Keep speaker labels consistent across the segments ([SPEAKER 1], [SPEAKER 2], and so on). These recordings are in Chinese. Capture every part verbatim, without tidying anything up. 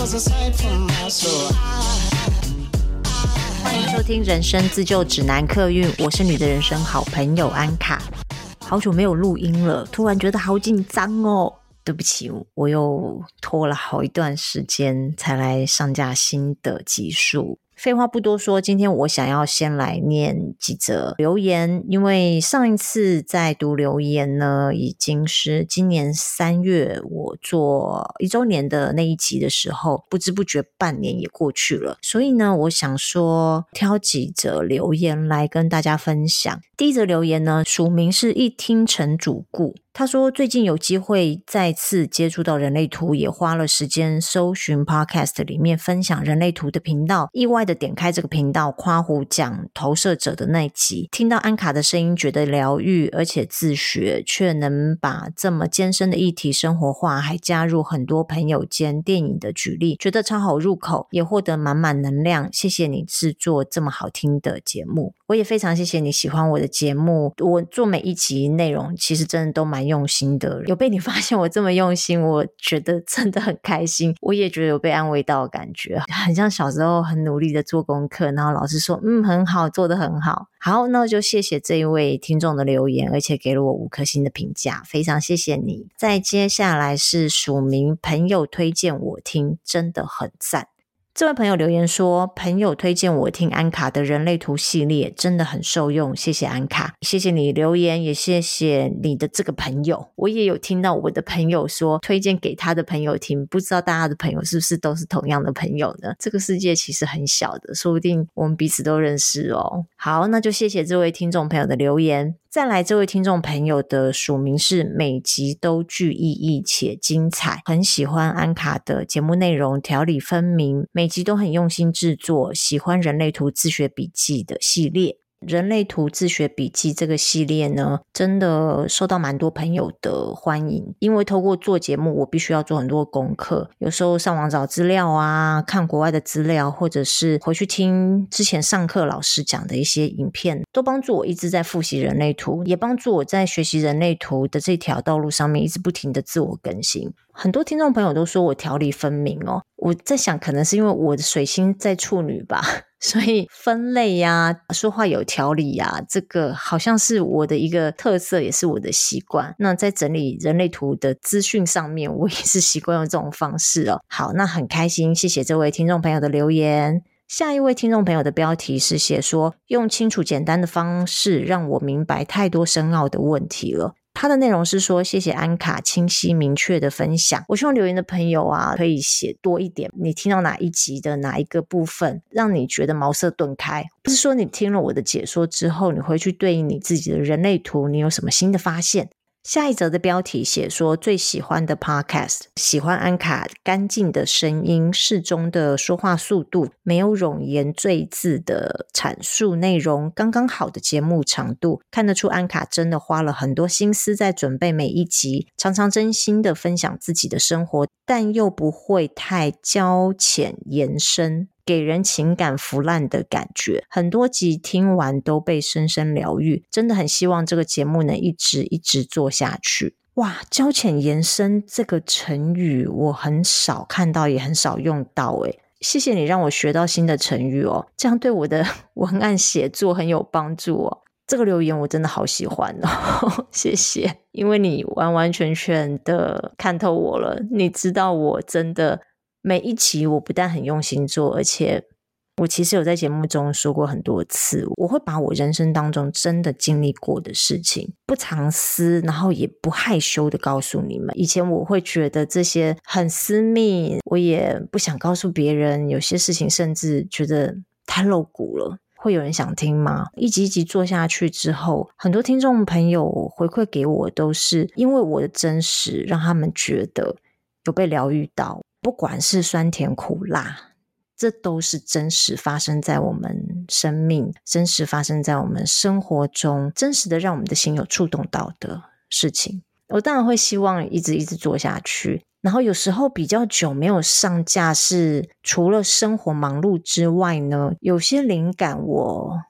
[SPEAKER 1] 欢迎收听人生自救指南客运，我是你的人生好朋友安卡。好久没有录音了，突然觉得好紧张哦。对不起，我又拖了好一段时间才来上架新的集数。废话不多说，今天我想要先来念几则留言，因为上一次在读留言呢，已经是今年三月我做一周年的那一集的时候，不知不觉半年也过去了，所以呢，我想说挑几则留言来跟大家分享。第一则留言呢，署名是一听成主顾。他说最近有机会再次接触到人类图，也花了时间搜寻 podcast 里面分享人类图的频道，意外的点开这个频道夸胡讲投射者的那一集，听到安卡的声音觉得疗愈，而且自学却能把这么艰深的议题生活化，还加入很多朋友间电影的举例，觉得超好入口，也获得满满能量。谢谢你制作这么好听的节目，我也非常谢谢你喜欢我的节目，我做每一集内容其实真的都蛮用心的，有被你发现我这么用心，我觉得真的很开心，我也觉得有被安慰到的感觉，很像小时候很努力的做功课，然后老师说嗯很好，做得很好。好，那就谢谢这一位听众的留言，而且给了我五颗星的评价，非常谢谢你。再接下来是署名朋友推荐我听，真的很赞。这位朋友留言说，朋友推荐我听安卡的人类图系列，真的很受用，谢谢安卡。谢谢你留言，也谢谢你的这个朋友。我也有听到我的朋友说推荐给他的朋友听，不知道大家的朋友是不是都是同样的朋友呢？这个世界其实很小的，说不定我们彼此都认识哦。好，那就谢谢这位听众朋友的留言。再来，这位听众朋友的署名是每集都具意义且精彩，很喜欢安卡的节目内容，条理分明，每集都很用心制作，喜欢人类图自学笔记的系列。人类图自学笔记这个系列呢，真的受到蛮多朋友的欢迎，因为透过做节目我必须要做很多功课，有时候上网找资料啊，看国外的资料，或者是回去听之前上课老师讲的一些影片，都帮助我一直在复习人类图，也帮助我在学习人类图的这条道路上面一直不停的自我更新。很多听众朋友都说我条理分明哦，我在想可能是因为我的水星在处女吧，所以分类呀、啊、说话有条理呀、啊，这个好像是我的一个特色，也是我的习惯。那在整理人类图的资讯上面，我也是习惯用这种方式哦。好，那很开心，谢谢这位听众朋友的留言。下一位听众朋友的标题是写说，用清楚简单的方式让我明白太多深奥的问题了。他的内容是说，谢谢安卡清晰明确的分享。我希望留言的朋友啊，可以写多一点，你听到哪一集的哪一个部分让你觉得茅塞顿开，不是说你听了我的解说之后，你回去对应你自己的人类图，你有什么新的发现。下一则的标题写说，最喜欢的 podcast， 喜欢安卡干净的声音，适中的说话速度，没有冗言赘字的阐述内容，刚刚好的节目长度，看得出安卡真的花了很多心思在准备每一集，常常真心的分享自己的生活，但又不会太交浅延伸，给人情感腐烂的感觉，很多集听完都被深深疗愈，真的很希望这个节目能一直一直做下去。哇，交浅延伸这个成语我很少看到，也很少用到诶，谢谢你让我学到新的成语哦，这样对我的文案写作很有帮助哦。这个留言我真的好喜欢哦，谢谢，因为你完完全全的看透我了，你知道我真的每一期我不但很用心做，而且我其实有在节目中说过很多次，我会把我人生当中真的经历过的事情不藏私，然后也不害羞的告诉你们。以前我会觉得这些很私密，我也不想告诉别人，有些事情甚至觉得太露骨了，会有人想听吗？一集一集做下去之后，很多听众朋友回馈给我都是因为我的真实让他们觉得有被疗愈到，不管是酸甜苦辣，这都是真实发生在我们生命，真实发生在我们生活中，真实的让我们的心有触动到的事情。我当然会希望一直一直做下去，然后有时候比较久没有上架是除了生活忙碌之外呢，有些灵感我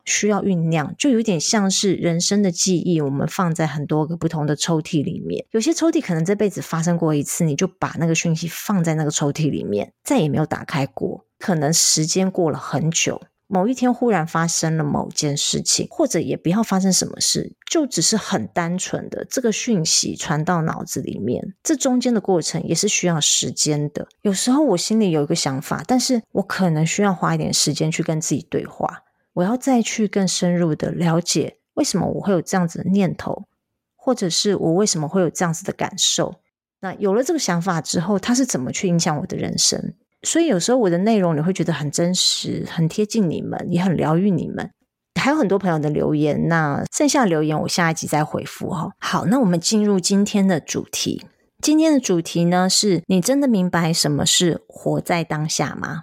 [SPEAKER 1] 需要酝酿，就有点像是人生的记忆，我们放在很多个不同的抽屉里面，有些抽屉可能这辈子发生过一次，你就把那个讯息放在那个抽屉里面，再也没有打开过，可能时间过了很久，某一天忽然发生了某件事情，或者也不要发生什么事，就只是很单纯的这个讯息传到脑子里面，这中间的过程也是需要时间的。有时候我心里有一个想法，但是我可能需要花一点时间去跟自己对话，我要再去更深入的了解为什么我会有这样子的念头，或者是我为什么会有这样子的感受。那有了这个想法之后，它是怎么去影响我的人生。所以有时候我的内容你会觉得很真实，很贴近你们，也很疗愈你们。还有很多朋友的留言，那剩下的留言我下一集再回复哦。好，那我们进入今天的主题。今天的主题呢，是你真的明白什么是活在当下吗？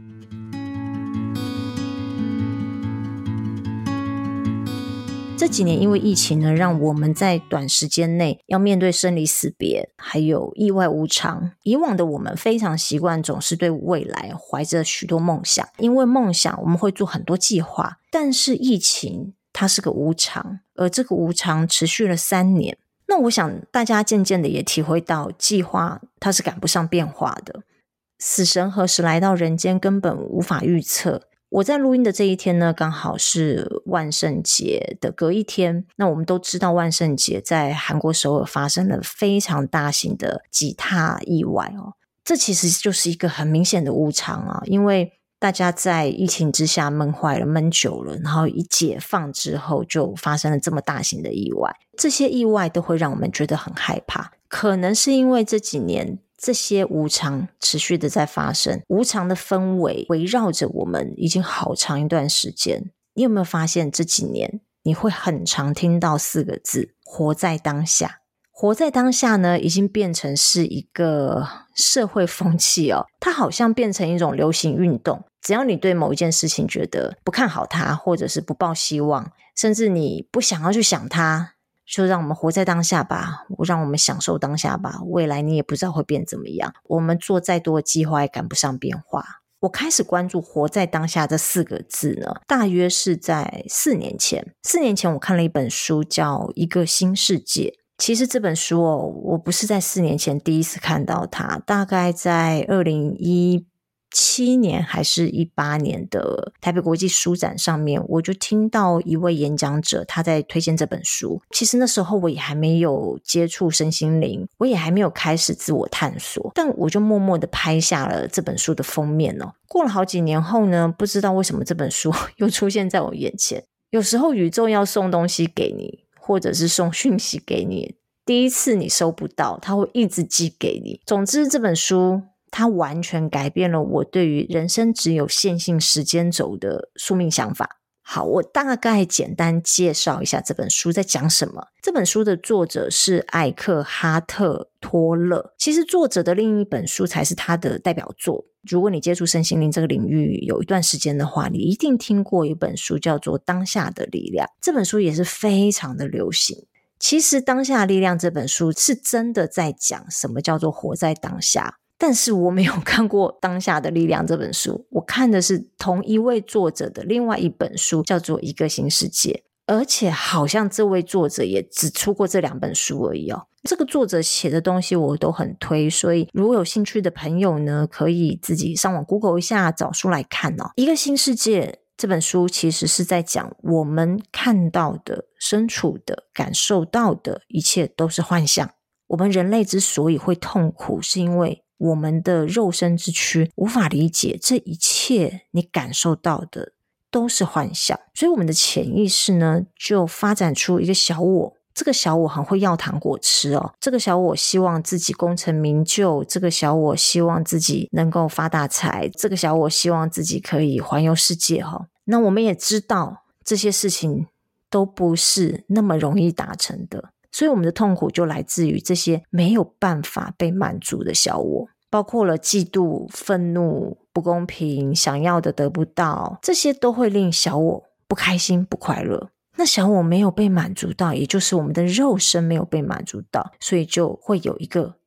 [SPEAKER 1] 这几年因为疫情呢，让我们在短时间内要面对生离死别，还有意外无常。以往的我们非常习惯总是对未来怀着许多梦想，因为梦想我们会做很多计划，但是疫情它是个无常，而这个无常持续了三年。那我想大家渐渐的也体会到，计划它是赶不上变化的，死神何时来到人间根本无法预测。我在录音的这一天呢，刚好是万圣节的隔一天。那我们都知道万圣节在韩国首尔发生了非常大型的挤踏意外哦，这其实就是一个很明显的无常啊，因为大家在疫情之下闷坏了闷久了，然后一解放之后就发生了这么大型的意外，这些意外都会让我们觉得很害怕。可能是因为这几年这些无常持续的在发生，无常的氛围围绕着我们已经好长一段时间。你有没有发现这几年你会很常听到四个字，活在当下。活在当下呢，已经变成是一个社会风气哦，它好像变成一种流行运动。只要你对某一件事情觉得不看好它，或者是不抱希望，甚至你不想要去想它，就让我们活在当下吧，让我们享受当下吧，未来你也不知道会变怎么样，我们做再多的计划也赶不上变化。我开始关注活在当下这四个字呢，大约是在四年前。四年前我看了一本书叫《一个新世界》，其实这本书哦，我不是在四年前第一次看到它，大概在二零一七年还是一八年的台北国际书展上面，我就听到一位演讲者他在推荐这本书。其实那时候我也还没有接触身心灵，我也还没有开始自我探索，但我就默默的拍下了这本书的封面哦。过了好几年后呢，不知道为什么这本书又出现在我眼前。有时候宇宙要送东西给你，或者是送讯息给你，第一次你收不到，它会一直寄给你。总之这本书它完全改变了我对于人生只有线性时间轴的宿命想法。好，我大概简单介绍一下这本书在讲什么。这本书的作者是艾克哈特托勒，其实作者的另一本书才是他的代表作。如果你接触身心灵这个领域有一段时间的话，你一定听过一本书叫做《当下的力量》，这本书也是非常的流行。其实《当下的力量》这本书是真的在讲什么叫做活在当下，但是我没有看过《当下的力量》这本书，我看的是同一位作者的另外一本书，叫做《一个新世界》，而且好像这位作者也只出过这两本书而已哦。这个作者写的东西我都很推，所以如果有兴趣的朋友呢，可以自己上网 Google 一下找书来看哦。《一个新世界》这本书其实是在讲我们看到的、身处的、感受到的一切都是幻象。我们人类之所以会痛苦，是因为我们的肉身之躯无法理解这一切你感受到的都是幻象，所以我们的潜意识呢，就发展出一个小我。这个小我很会要糖果吃哦，这个小我希望自己功成名就，这个小我希望自己能够发大财，这个小我希望自己可以环游世界哦。那我们也知道这些事情都不是那么容易达成的，所以我们的痛苦就来自于这些没有办法被满足的小我，包括了嫉妒、愤怒、不公平、想要的得不到，这些都会令小我不开心、不快乐。那小我没有被满足到，也就是我们的肉身没有被满足到，所以就会有一个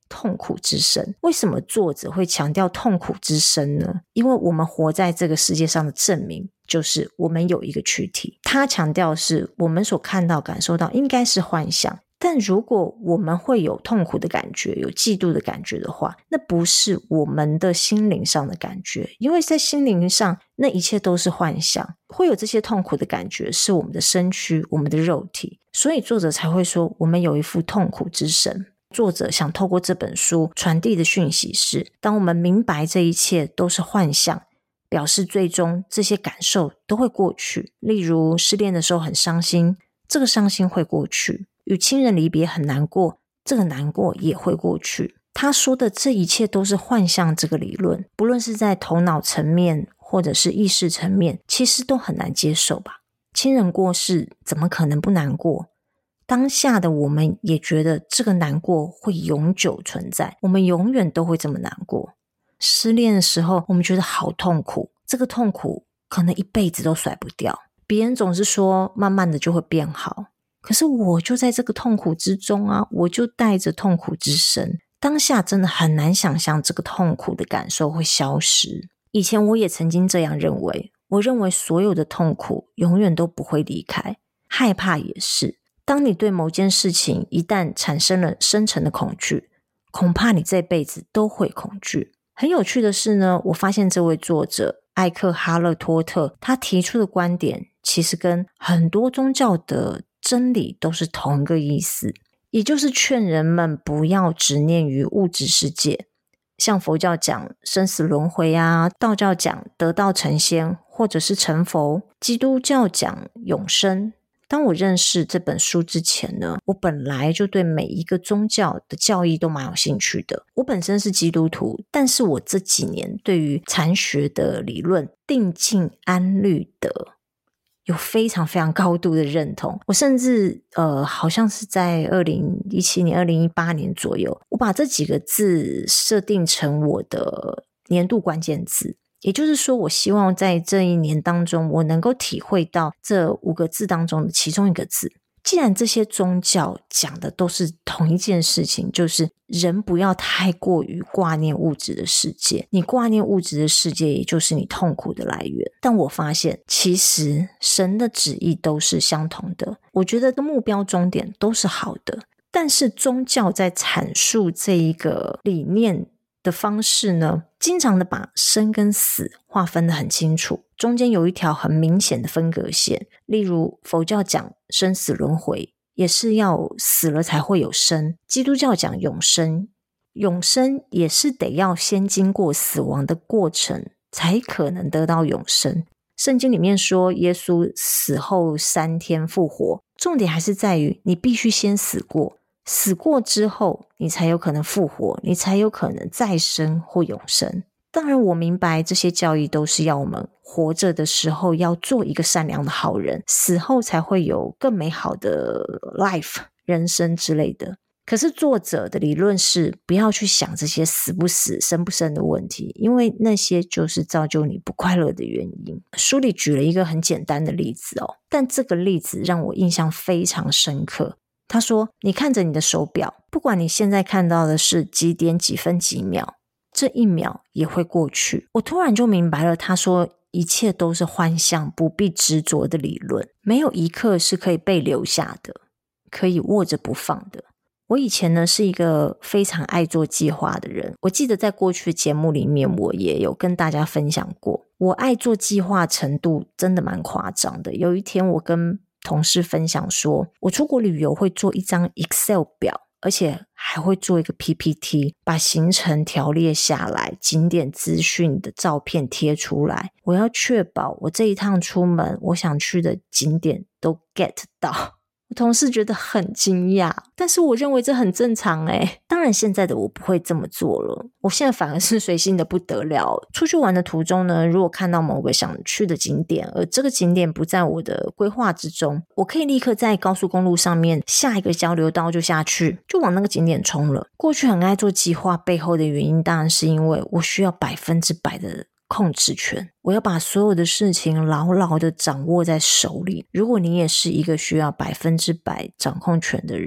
[SPEAKER 1] 痛苦之声。为什么作者会强调痛苦之声呢？因为我们活在这个世界上的证明就是我们有一个躯体，他强调是我们所看到感受到应该是幻象，但如果我们会有痛苦的感觉，有嫉妒的感觉的话，那不是我们的心灵上的感觉，因为在心灵上那一切都是幻象，会有这些痛苦的感觉是我们的身躯，我们的肉体，所以作者才会说我们有一副痛苦之身。作者想透过这本书传递的讯息是，当我们明白这一切都是幻象，表示最终这些感受都会过去。例如失恋的时候很伤心，这个伤心会过去，与亲人离别很难过，这个难过也会过去。他说的这一切都是幻象，这个理论不论是在头脑层面或者是意识层面，其实都很难接受吧。亲人过世怎么可能不难过？当下的我们也觉得这个难过会永久存在，我们永远都会这么难过。失恋的时候我们觉得好痛苦，这个痛苦可能一辈子都甩不掉。别人总是说慢慢的就会变好，可是我就在这个痛苦之中啊，我就带着痛苦之身，当下真的很难想象这个痛苦的感受会消失。以前我也曾经这样认为，我认为所有的痛苦永远都不会离开，害怕也是。当你对某件事情一旦产生了深层的恐惧，恐怕你这辈子都会恐惧。很有趣的是呢，我发现这位作者艾克哈勒托特，他提出的观点其实跟很多宗教的真理都是同一个意思，也就是劝人们不要执念于物质世界。像佛教讲生死轮回啊，道教讲得道成仙或者是成佛，基督教讲永生。当我认识这本书之前呢，我本来就对每一个宗教的教义都蛮有兴趣的。我本身是基督徒，但是我这几年对于禅学的理论定静安律得有非常非常高度的认同。我甚至呃，好像是在二零一七年二零一八年左右，我把这几个字设定成我的年度关键字，也就是说我希望在这一年当中我能够体会到这五个字当中的其中一个字。既然这些宗教讲的都是同一件事情，就是人不要太过于挂念物质的世界，你挂念物质的世界也就是你痛苦的来源。但我发现其实神的旨意都是相同的，我觉得目标终点都是好的，但是宗教在阐述这一个理念的方式呢，经常的把生跟死划分得很清楚，中间有一条很明显的分隔线。例如佛教讲生死轮回，也是要死了才会有生；基督教讲永生，永生也是得要先经过死亡的过程才可能得到永生。圣经里面说耶稣死后三天复活，重点还是在于你必须先死过，死过之后你才有可能复活，你才有可能再生或永生。当然我明白这些教义都是要我们活着的时候要做一个善良的好人，死后才会有更美好的 life 人生之类的。可是作者的理论是不要去想这些死不死生不生的问题，因为那些就是造就你不快乐的原因。书里举了一个很简单的例子哦，但这个例子让我印象非常深刻。他说你看着你的手表，不管你现在看到的是几点几分几秒，这一秒也会过去。我突然就明白了他说一切都是幻象，不必执着的理论，没有一刻是可以被留下的，可以握着不放的。我以前呢是一个非常爱做计划的人，我记得在过去的节目里面我也有跟大家分享过，我爱做计划程度真的蛮夸张的。有一天我跟同事分享说，我出国旅游会做一张 Excel 表，而且还会做一个 P P T， 把行程条列下来，景点资讯的照片贴出来，我要确保我这一趟出门我想去的景点都 get 到。我同事觉得很惊讶，但是我认为这很正常诶。当然现在的我不会这么做了，我现在反而是随性的不得了。出去玩的途中呢，如果看到某个想去的景点，而这个景点不在我的规划之中，我可以立刻在高速公路上面下一个交流道就下去，就往那个景点冲了。过去很爱做计划背后的原因，当然是因为我需要百分之百的控制权，我要把所有的事情牢牢的掌握在手里。如果你也是一个需要百分之百掌控权的人，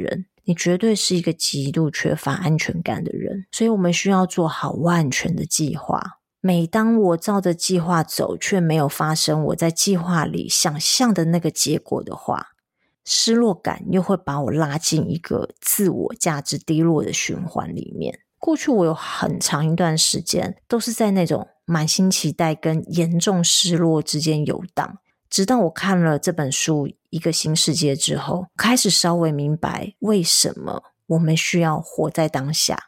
[SPEAKER 1] 你绝对是一个极度缺乏安全感的人，所以我们需要做好万全的计划。每当我照着计划走，却没有发生我在计划里想象的那个结果的话，失落感又会把我拉进一个自我价值低落的循环里面。过去我有很长一段时间都是在那种满心期待跟严重失落之间游荡，直到我看了这本书《一个新世界》之后，开始稍微明白为什么我们需要活在当下。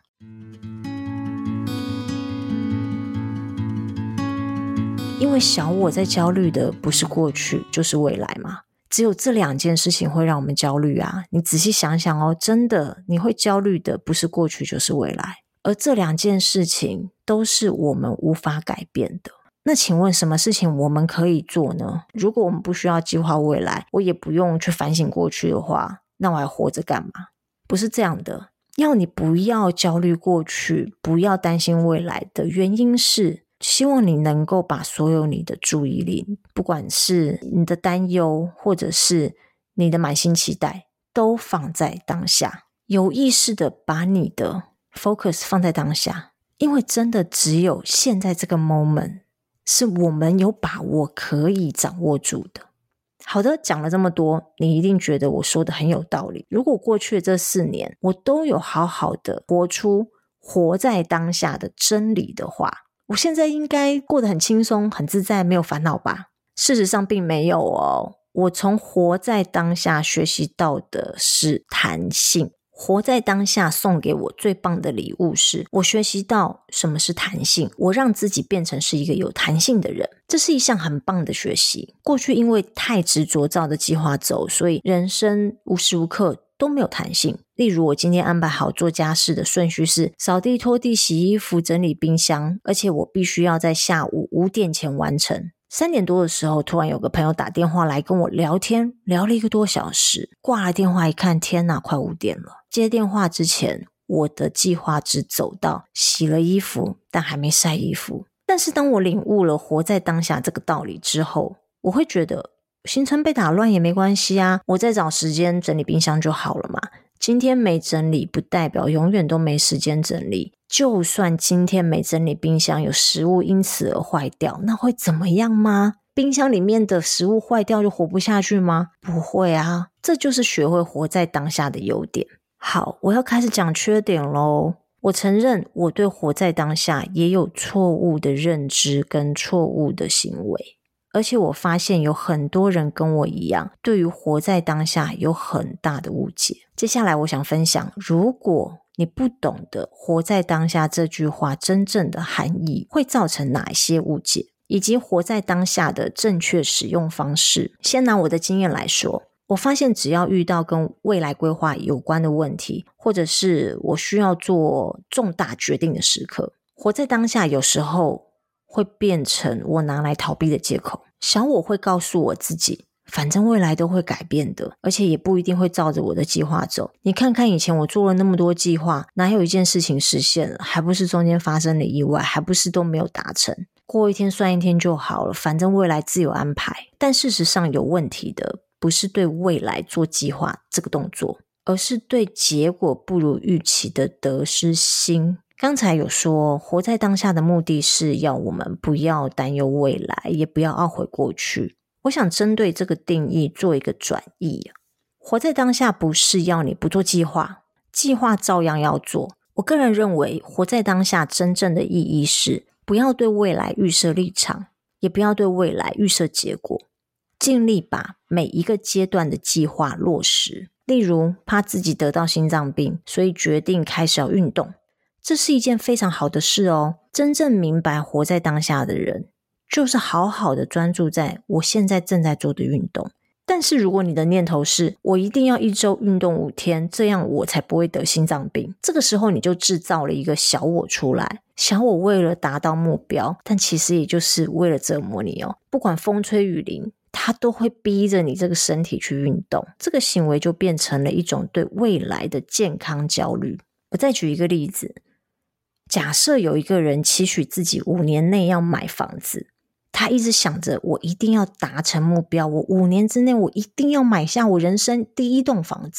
[SPEAKER 1] 因为小我在焦虑的不是过去就是未来嘛，只有这两件事情会让我们焦虑啊。你仔细想想哦，真的你会焦虑的不是过去就是未来，而这两件事情都是我们无法改变的。那请问什么事情我们可以做呢？如果我们不需要计划未来，我也不用去反省过去的话，那我还活着干嘛？不是这样的。要你不要焦虑过去，不要担心未来的原因是，希望你能够把所有你的注意力，不管是你的担忧或者是你的满心期待，都放在当下，有意识的把你的 focus 放在当下。因为真的只有现在这个 moment 是我们有把握可以掌握住的。好的，讲了这么多，你一定觉得我说的很有道理。如果过去的这四年我都有好好的活出活在当下的真理的话，我现在应该过得很轻松很自在，没有烦恼吧？事实上并没有哦。我从活在当下学习到的是弹性。活在当下送给我最棒的礼物是，我学习到什么是弹性，我让自己变成是一个有弹性的人，这是一项很棒的学习。过去因为太执着照着计划走，所以人生无时无刻都没有弹性。例如我今天安排好做家事的顺序是扫地、拖地、洗衣服、整理冰箱，而且我必须要在下午五点前完成。三点多的时候，突然有个朋友打电话来跟我聊天，聊了一个多小时。挂了电话一看，天哪，快五点了。接电话之前，我的计划只走到洗了衣服，但还没晒衣服。但是当我领悟了活在当下这个道理之后，我会觉得行程被打乱也没关系啊，我再找时间整理冰箱就好了嘛。今天没整理不代表永远都没时间整理，就算今天没整理冰箱有食物因此而坏掉，那会怎么样吗？冰箱里面的食物坏掉就活不下去吗？不会啊，这就是学会活在当下的优点。好，我要开始讲缺点咯。我承认我对活在当下也有错误的认知跟错误的行为，而且我发现有很多人跟我一样，对于活在当下有很大的误解。接下来我想分享，如果你不懂得活在当下这句话真正的含义，会造成哪一些误解，以及活在当下的正确使用方式。先拿我的经验来说，我发现只要遇到跟未来规划有关的问题，或者是我需要做重大决定的时刻，活在当下有时候会变成我拿来逃避的借口。小我会告诉我自己，反正未来都会改变的，而且也不一定会照着我的计划走。你看看以前我做了那么多计划，哪有一件事情实现了？还不是中间发生了意外，还不是都没有达成。过一天算一天就好了，反正未来自有安排。但事实上有问题的不是对未来做计划这个动作，而是对结果不如预期的得失心。刚才有说活在当下的目的是要我们不要担忧未来，也不要懊悔过去。我想针对这个定义做一个转译。活在当下不是要你不做计划，计划照样要做。我个人认为活在当下真正的意义是不要对未来预设立场，也不要对未来预设结果，尽力把每一个阶段的计划落实。例如怕自己得到心脏病，所以决定开始要运动，这是一件非常好的事哦。真正明白活在当下的人，就是好好的专注在我现在正在做的运动。但是如果你的念头是我一定要一周运动五天，这样我才不会得心脏病，这个时候你就制造了一个小我出来。小我为了达到目标，但其实也就是为了折磨你哦。不管风吹雨淋，它都会逼着你这个身体去运动，这个行为就变成了一种对未来的健康焦虑。我再举一个例子，假设有一个人期许自己五年内要买房子，他一直想着我一定要达成目标，我五年之内我一定要买下我人生第一栋房子。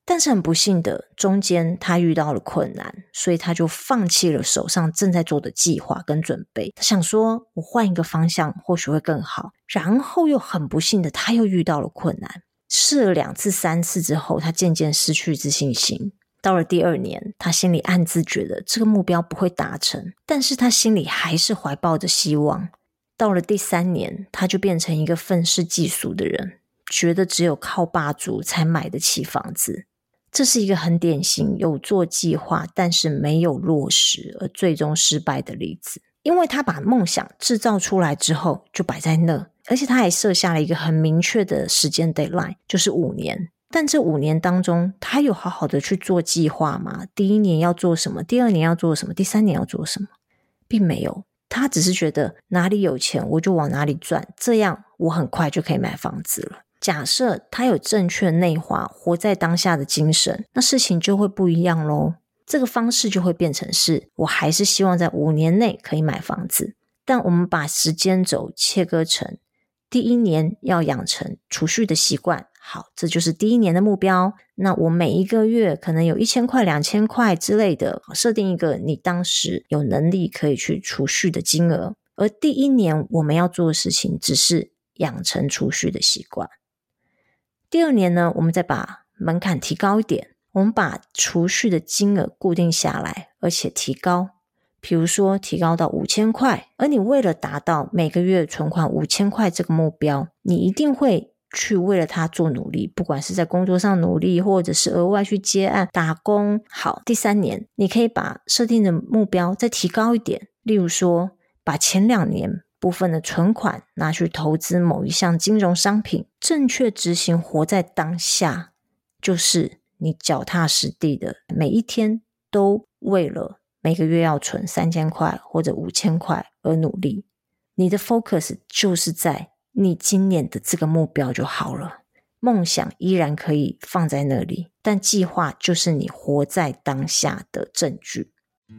[SPEAKER 1] 但是很不幸的，中间他遇到了困难，所以他就放弃了手上正在做的计划跟准备。他想说我换一个方向或许会更好，然后又很不幸的他又遇到了困难。试了两次三次之后，他渐渐失去自信心。到了第二年，他心里暗自觉得这个目标不会达成，但是他心里还是怀抱着希望。到了第三年，他就变成一个愤世嫉俗的人，觉得只有靠霸主才买得起房子。这是一个很典型有做计划但是没有落实而最终失败的例子。因为他把梦想制造出来之后就摆在那，而且他还设下了一个很明确的时间 deadline， 就是五年。但这五年当中，他有好好的去做计划吗？第一年要做什么？第二年要做什么？第三年要做什么？并没有。他只是觉得哪里有钱我就往哪里赚，这样我很快就可以买房子了。假设他有正确内化活在当下的精神，那事情就会不一样咯。这个方式就会变成是，我还是希望在五年内可以买房子，但我们把时间轴切割成第一年要养成储蓄的习惯，好，这就是第一年的目标。那我每一个月可能有一千块两千块之类的，设定一个你当时有能力可以去储蓄的金额，而第一年我们要做的事情只是养成储蓄的习惯。第二年呢，我们再把门槛提高一点，我们把储蓄的金额固定下来，而且提高，比如说提高到五千块，而你为了达到每个月存款五千块这个目标，你一定会去为了它做努力，不管是在工作上努力，或者是额外去接案打工。好，第三年你可以把设定的目标再提高一点，例如说把前两年部分的存款拿去投资某一项金融商品。正确执行活在当下，就是你脚踏实地的每一天都为了每个月要存三千块或者五千块而努力。你的 focus 就是在你今年的这个目标就好了。梦想依然可以放在那里，但计划就是你活在当下的证据。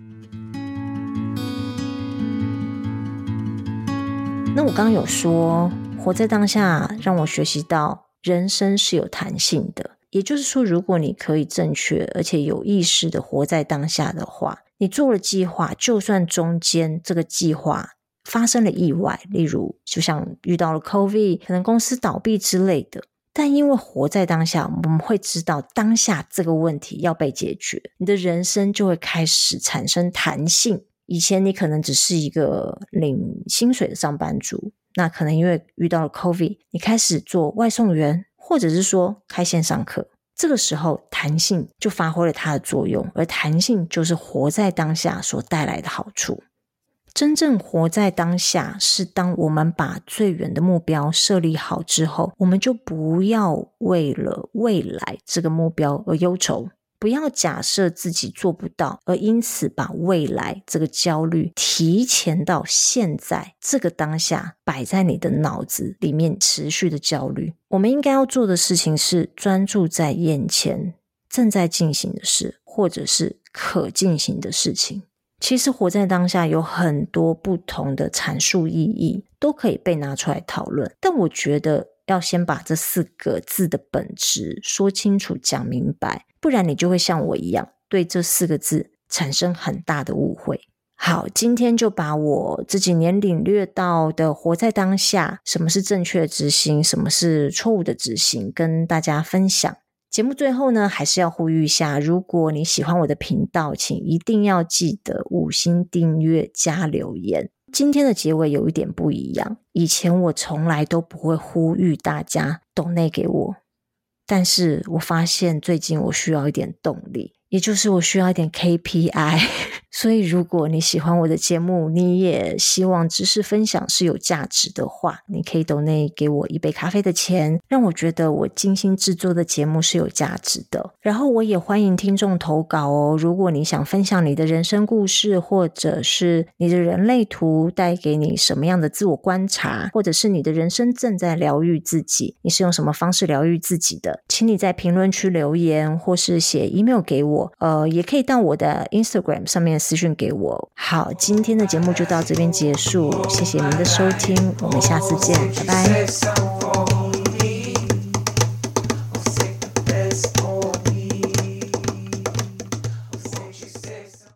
[SPEAKER 1] 那我刚刚有说活在当下让我学习到人生是有弹性的，也就是说如果你可以正确而且有意识的活在当下的话，你做了计划，就算中间这个计划发生了意外，例如就像遇到了 COVID， 可能公司倒闭之类的，但因为活在当下，我们会知道当下这个问题要被解决，你的人生就会开始产生弹性。以前你可能只是一个领薪水的上班族，那可能因为遇到了 COVID， 你开始做外送员，或者是说开线上课，这个时候弹性就发挥了它的作用，而弹性就是活在当下所带来的好处。真正活在当下是当我们把最远的目标设立好之后，我们就不要为了未来这个目标而忧愁，不要假设自己做不到，而因此把未来这个焦虑提前到现在这个当下，摆在你的脑子里面持续的焦虑。我们应该要做的事情是专注在眼前正在进行的事，或者是可进行的事情。其实活在当下有很多不同的阐述意义，都可以被拿出来讨论，但我觉得要先把这四个字的本质说清楚讲明白，不然你就会像我一样对这四个字产生很大的误会。好，今天就把我这几年领略到的活在当下，什么是正确的执行，什么是错误的执行，跟大家分享。节目最后呢，还是要呼吁一下，如果你喜欢我的频道，请一定要记得五星订阅加留言。今天的结尾有一点不一样，以前我从来都不会呼吁大家抖内给我，但是我发现最近我需要一点动力，也就是我需要一点 K P I 所以如果你喜欢我的节目，你也希望知识分享是有价值的话，你可以抖内给我一杯咖啡的钱，让我觉得我精心制作的节目是有价值的。然后我也欢迎听众投稿哦，如果你想分享你的人生故事，或者是你的人类图带给你什么样的自我观察，或者是你的人生正在疗愈自己，你是用什么方式疗愈自己的，请你在评论区留言，或是写 email 给我，呃，也可以到我的 Instagram 上面私讯给我。好，今天的节目就到这边结束，谢谢您的收听，我们下次见，拜拜。